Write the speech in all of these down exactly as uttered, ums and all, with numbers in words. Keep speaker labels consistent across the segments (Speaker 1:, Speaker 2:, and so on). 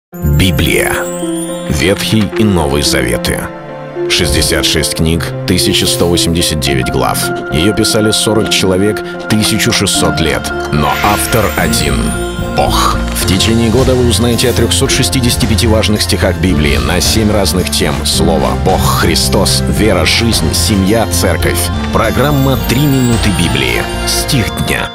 Speaker 1: Библия. Ветхий и Новый Заветы. шестьдесят шесть книг, тысяча сто восемьдесят девять глав. Ее писали сорок человек, тысяча шестьсот лет. Но автор один — Бог. В течение года вы узнаете о трёхстах шестидесяти пяти важных стихах Библии на семь разных тем. Слово, Бог, Христос, вера, жизнь, семья, церковь. Программа «Три минуты Библии». Стих дня.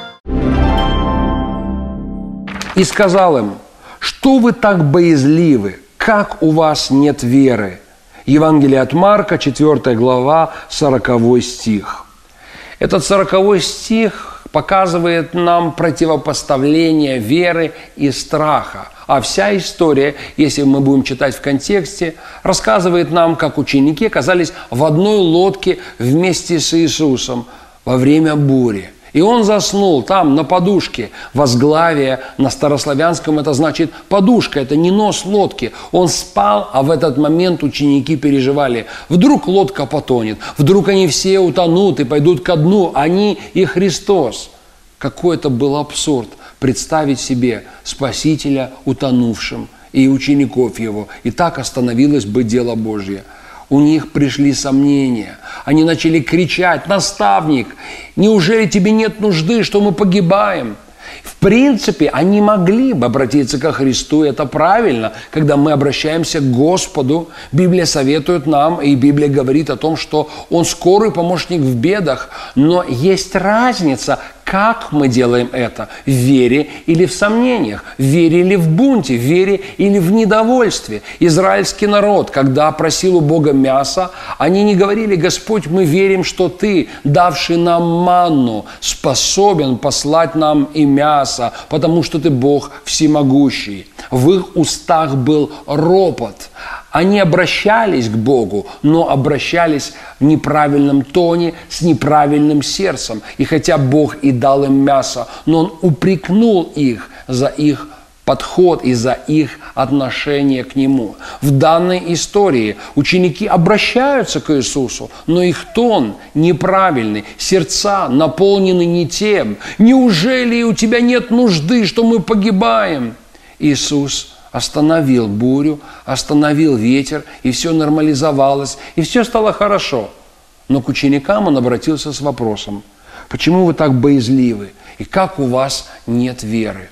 Speaker 2: «И сказал им: что вы так боязливы? Как у вас нет веры?» Евангелие от Марка, четвёртая глава, сороковой стих. Этот сороковой стих показывает нам противопоставление веры и страха. А вся история, если мы будем читать в контексте, рассказывает нам, как ученики оказались в одной лодке вместе с Иисусом во время бури. И он заснул там, на подушке. Возглавие на старославянском это значит подушка, это не нос лодки. Он спал, а в этот момент ученики переживали. Вдруг лодка потонет, вдруг они все утонут и пойдут ко дну, они и Христос. Какой это был абсурд представить себе Спасителя утонувшим и учеников его. И так остановилось бы дело Божье. У них пришли сомнения. Они начали кричать: «Наставник, неужели тебе нет нужды, что мы погибаем?» В принципе, они могли бы обратиться ко Христу, и это правильно, когда мы обращаемся к Господу. Библия советует нам, и Библия говорит о том, что Он скорый помощник в бедах. Но есть разница, как мы делаем это: в вере или в сомнениях, в вере или в бунте, в вере или в недовольстве. Израильский народ, когда просил у Бога мяса, они не говорили: «Господь, мы верим, что Ты, давший нам манну, способен послать нам и мясо, потому что Ты Бог всемогущий». В их устах был ропот. Они обращались к Богу, но обращались в неправильном тоне, с неправильным сердцем. И хотя Бог и дал им мясо, но Он упрекнул их за их подход и за их отношение к Нему. В данной истории ученики обращаются к Иисусу, но их тон неправильный, сердца наполнены не тем. «Неужели у тебя нет нужды, что мы погибаем?» Иисус остановил бурю, остановил ветер, и все нормализовалось, и все стало хорошо. Но к ученикам Он обратился с вопросом: почему вы так боязливы, и как у вас нет веры?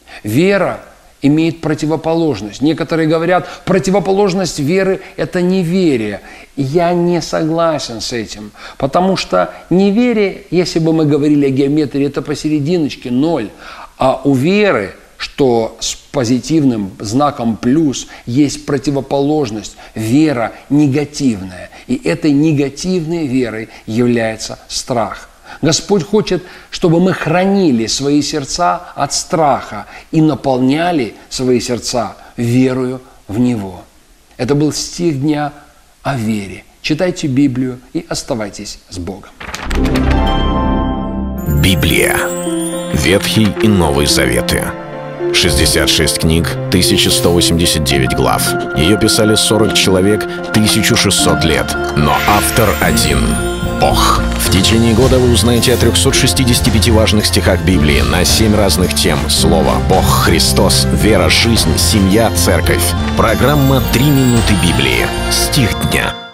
Speaker 2: Вера имеет противоположность. Некоторые говорят, противоположность веры – это неверие. Я не согласен с этим, потому что неверие, если бы мы говорили о геометрии, это посерединочке, ноль, а у веры, что с позитивным знаком плюс, есть противоположность, вера негативная. И этой негативной верой является страх. Господь хочет, чтобы мы хранили свои сердца от страха и наполняли свои сердца верою в Него. Это был стих дня о вере. Читайте Библию и оставайтесь с Богом.
Speaker 1: Библия. Ветхий и Новый Заветы. шестьдесят шесть книг, тысяча сто восемьдесят девять глав. Ее писали сорок человек, тысяча шестьсот лет. Но автор один — Бог. В течение года вы узнаете о трёхстах шестидесяти пяти важных стихах Библии на семь разных тем. Слово, Бог, Христос, вера, жизнь, семья, церковь. Программа «Три минуты Библии». Стих дня.